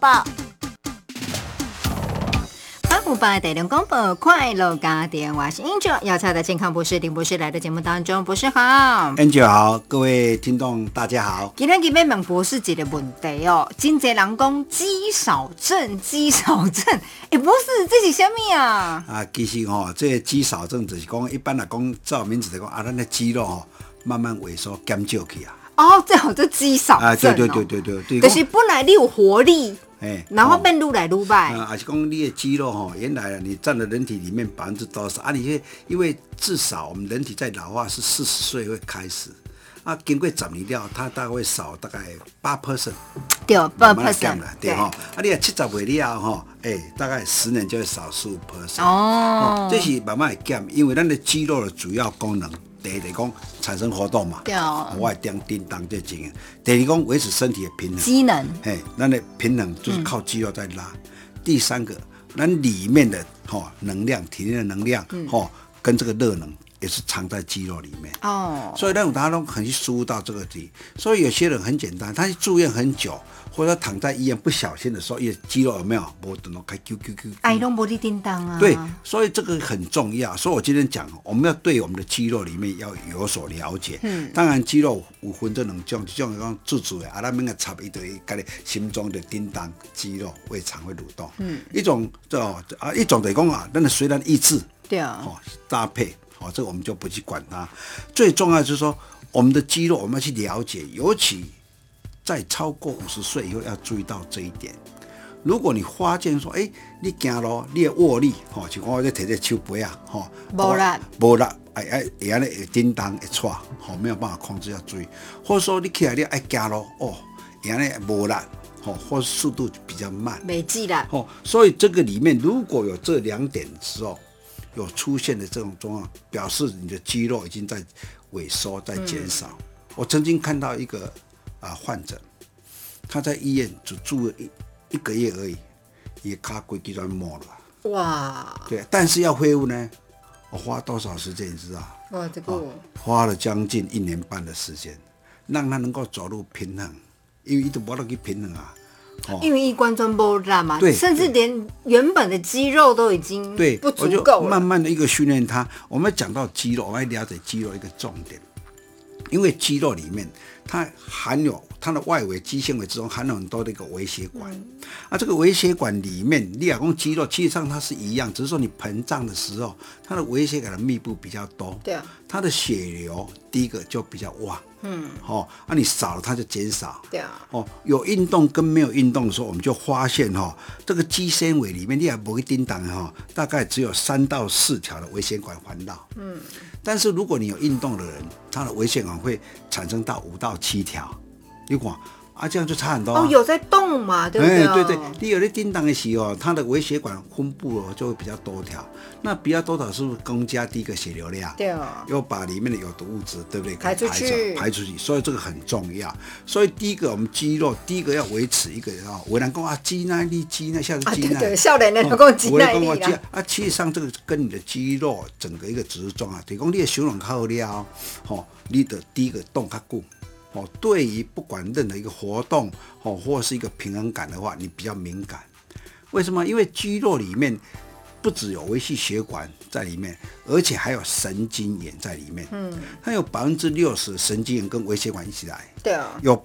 报。858台中广播快乐家庭，我是 Angel， 要猜的健康博士丁博士来到节目当中，博士好。 Angel 好，各位听众大家好。 今天要问博士一个问题哦，真多人讲肌少症，肌少症，博士这是什么啊？ 其实这个肌少症就是讲，一般来讲，照名字来讲，咱的肌肉慢慢萎缩减少去啊。 这好叫肌少症对， 就是本来你有活力。然后变愈来愈坏， 还是讲你的肌肉原来你占了人体里面多少啊？你因为至少我们人体在老化是40岁会开始，经过10年了，它大概会少大概8%， 对8%， 对哈。你70岁了后，大概10年就会少15%。这是慢慢会减，因为咱的肌肉的主要功能。第一讲产生活动嘛，我会叮当这经验。第二讲维持身体的平衡， 机能， 咱的平衡就是靠肌肉在拉。第三个，咱里面的能量，体内的能量，跟这个热能也是藏在肌肉里面。所以那种大家都很去输入到这个题。所以有些人很简单，他住院很久，或者躺在医院不小心的时候，因为肌肉有没有没动开啾， 都没在叮当啊。 对，所以这个很重要。所以我今天讲，我们要对我们的肌肉里面要有所了解。当然肌肉有分这两种，一种讲自主的，咱们个插一堆，跟你心中的叮当，肌肉胃肠会蠕动。一种一种就是讲咱的虽然意志， 对啊， 搭配。这个我们就不去管它。最重要就是说，我们的肌肉我们要去了解，尤其在超过50岁以后要注意到这一点。如果你发现说，你走路你的握力，就讲我在提这手背啊，没力，会叮当会喘，没有办法控制，要注意。或者说你起来你爱走路，没力，或是速度比较慢， 没记啦。 所以这个里面如果有这2点之后。有出现的这种状况，表示你的肌肉已经在萎缩，在减少。我曾经看到一个患者，他在医院只住了一个月而已，也卡规肌都没了。哇！对，但是要恢复呢，我花多少时间你知道？ 哇，这个花了将近1年半的时间，让他能够走路平衡，因为他都没得去平衡啊。 因为一关专波大嘛，甚至连原本的肌肉都已经不足够了。 慢慢的一个训练它。我们讲到肌肉，我们要了解肌肉一个重点，因为肌肉里面它含有它的外围肌纤维之中含有很多的一个微血管。这个微血管里面，你讲肌肉，其实上它是一样，只是说你膨胀的时候，它的微血管的密度比较多， 对啊， 它的血流第一个就比较旺。你少了它就减少。 对啊。 有运动跟没有运动的时候，我们就发现这个肌纤维里面你也不会叮当大概只有3到4条的微血管环绕。但是如果你有运动的人，他的微血管会产生到5到7条。你看这样就差很多。 有在动嘛，对不对？ 对，你有在叮当的时候，它的微血管分布就会比较多条。那比较多条是不是增加第一个血流量？ 对， 又把里面的有毒物质，对不对？ 排出去， 所以这个很重要。所以第一个，我们肌肉第一个要维持一个有人讲肌耐力，下是肌耐。 对，少年人讲肌耐力啦。 其实上这个跟你的肌肉整个一个只是重要。比如讲你的小卵好了，你的第一个动较久。对于不管任何一个活动或是一个平衡感的话，你比较敏感。为什么？因为肌肉里面不只有微细血管在里面，而且还有神经元在里面。它有60%的神经元跟微血管一起来， 对啊， 有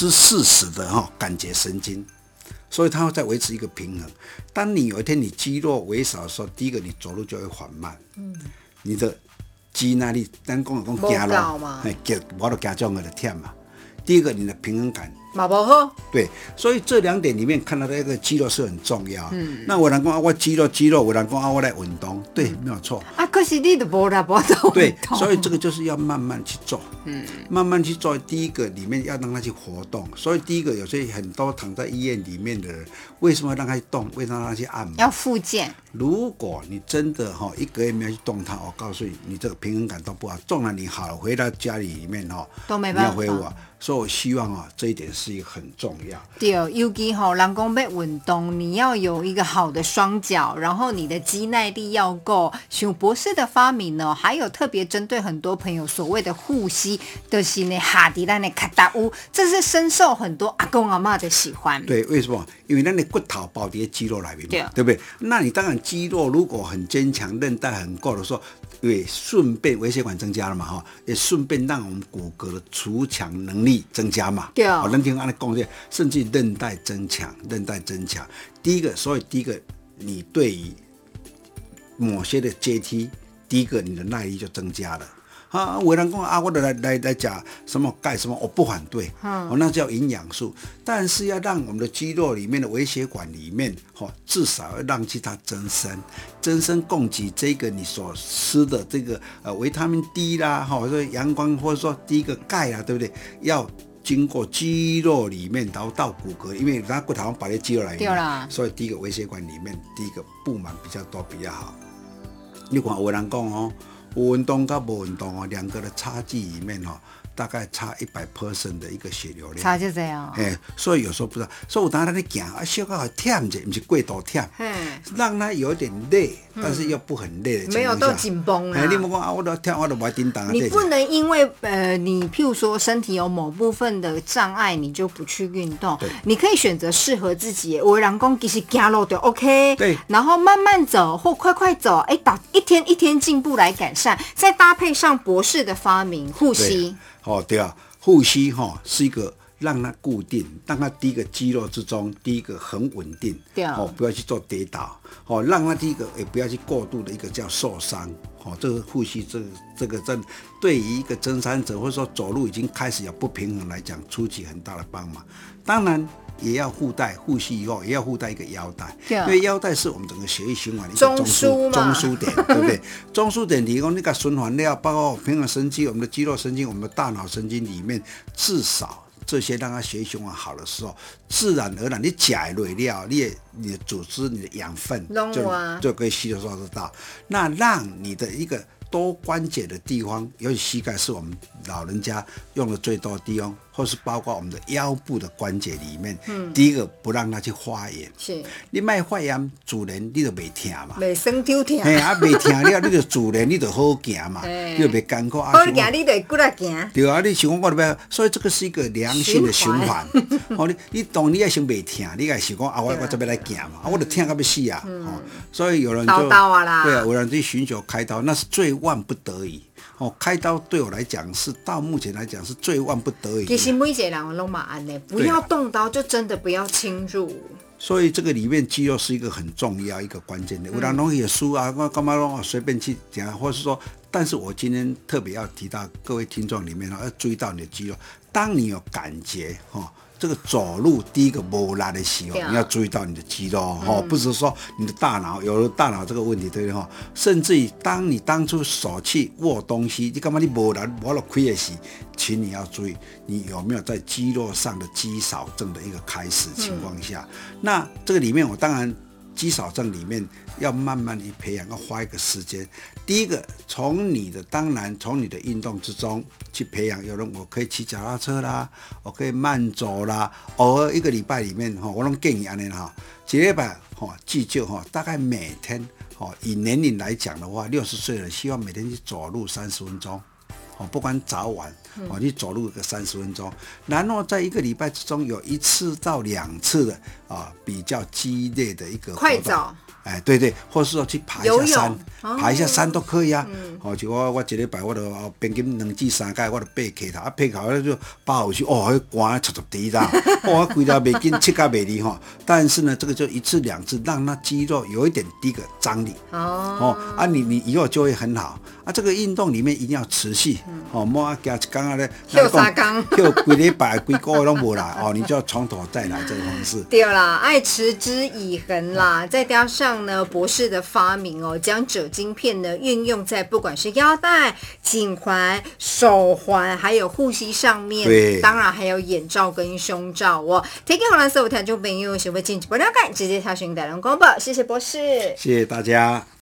40%的感觉神经，所以它会在维持一个平衡。当你有一天你肌肉微少的时候，第一个你走路就会缓慢，你的肌耐力，咱讲走路，我都走这样的忝嘛。第一个，你的平衡感嘛不好。 对，所以这2点里面看到的一个肌肉是很重要。那有人讲我肌肉，有人讲我来运动，对，没有错。 可是你都没做。 对，所以这个就是要慢慢去做。慢慢去做。第一个里面要让他去活动，所以第一个有些很多躺在医院里面的人，为什么要让他去动？为什么要让他去按摩？ 要复健。 如果你真的1个月没有去动它，我告诉你，你这个平衡感都不好。纵然你好了，回到家里面都没办法，你要恢复。所以我希望这一点是是一个很重要。 对，尤其人讲要运动，你要有一个好的双脚，然后你的肌耐力要够。像博士的发明呢，还有特别针对很多朋友所谓的护膝，就是呢下底咱的卡达乌，这是深受很多阿公阿嬷的喜欢。 对，为什么？因为咱的骨头包在肌肉里面嘛，对不对？那你当然肌肉如果很坚强，韧带很够的时候，也顺便微血管增加了嘛，哈，也顺便让我们骨骼的除强能力增加嘛。 对啊， 能听按的贡献，甚至韧带增强，第一个，所以第一个，你对于某些的阶梯，第一个你的耐力就增加了。啊，有人讲啊，我来讲什么钙什么，我不反对，那叫营养素，但是要让我们的肌肉里面的微血管里面，至少要让其它增生供给这个你所吃的这个维他命 D 啦，或者说阳光，或者说第一个钙啦，对不对？要经过肌肉里面，然后到骨骼，因为它骨头把那肌肉来源，所以第一个微血管里面第一个布满比较多比较好。你看有人讲有运动跟无运动两个的差距里面大概差100% 的一个血流量， 差就这样。 所以有时候不知道，所以有当然你行小可忝者，不是过度忝，让它有点累，但是又不很累的情况下， 没有到紧绷啊。 你莫讲我都忝，我都不叮当。 你不能因为你譬如说身体有某部分的障碍，你就不去运动。你可以选择适合自己。有人讲其实走路就 OK， 对， 然后慢慢走或快走，打一天一天进步来改善，再搭配上博士的发明护膝。 对啊，护膝是一个让它固定，让它第一个肌肉之中第一个很稳定，不要去做跌倒，让它第一个也不要去过度的一个叫受伤，这个护膝这个真对于一个登山者或者说走路已经开始有不平衡来讲，出起很大的帮忙。当然也要护膝以后也要护带一个腰带，因为腰带是我们整个血液循环的一个中枢点，对不对？中枢点提供那个循环料，包括平衡神经、我们的肌肉神经、我们的大脑神经里面，至少这些让它血液循环好的时候，自然而然你吃的热料，你的组织、你的养分就可以吸收得到，那让你的一个多关节的地方，尤其膝盖是我们老人家用的最多的地方，或是包括我们的腰部的关节里面，第一个不让它去发炎。是，你卖发炎，自然你就袂痛嘛， 袂酸丢痛。 袂痛了，你就自然你就好行嘛，你就袂艰苦。 好行，你就骨来行。 对啊，你想讲我都要，所以这个是一个良性的循环。你当你要想袂痛，你也想讲我这边来行嘛，我就痛到要死啊。所以有人就对啊，有人去寻求开刀，那是最万不得已。开刀对我来讲是到目前来讲是最万不得已。 其实每一个人都嘛安呢，不要动刀，就真的不要侵入。 所以这个里面肌肉是一个很重要一个关键的。有人容易输啊，我干嘛让随便去讲，或是说，但是我今天特别要提到各位听众里面要注意到你的肌肉，当你有感觉这个走路第一个没力的时候，你要注意到你的肌肉不是说你的大脑有了大脑这个问题，对不对甚至于当你当初手去握东西，你干嘛你没力握了亏的时，请你要注意你有没有在肌肉上的肌少症的一个开始情况下。那这个里面我当然肌少症里面要慢慢去培养，要花一个时间。第一个，当然从你的运动之中去培养。有人我可以骑脚踏车啦，我可以慢走啦，偶尔一个礼拜里面我都建议这样一个礼拜记就大概每天以年龄来讲的话，60岁了，希望每天去走路30分钟。不管早晚你走路个30分钟，然后在一个礼拜之中有1次到2次的比较激烈的一个快走， 对对，或是说去爬一下山，爬一下山都可以啊。就我一个礼拜我就平均2至3次，我就爬溪头，爬溪头就爬回去，那寒彻彻底啦，我规条袂紧，7甲袂离但是呢，这个就1次2次，让它肌肉有一点第一个张力。你以后就会很好。这个运动里面一定要持续，莫加一天咧， 跳3天， 跳几礼拜、几个月都无来，你就要从头再来这个方式。 对啦，爱持之以恒啦，再加上呢，博士的发明将褶晶片呢运用在不管是腰带、颈环、手环，还有护膝上面， 对， 当然还有眼罩跟胸罩提供咱所有听众朋友想要进一步了解，直接查询台湾广播。谢谢博士， 谢谢大家。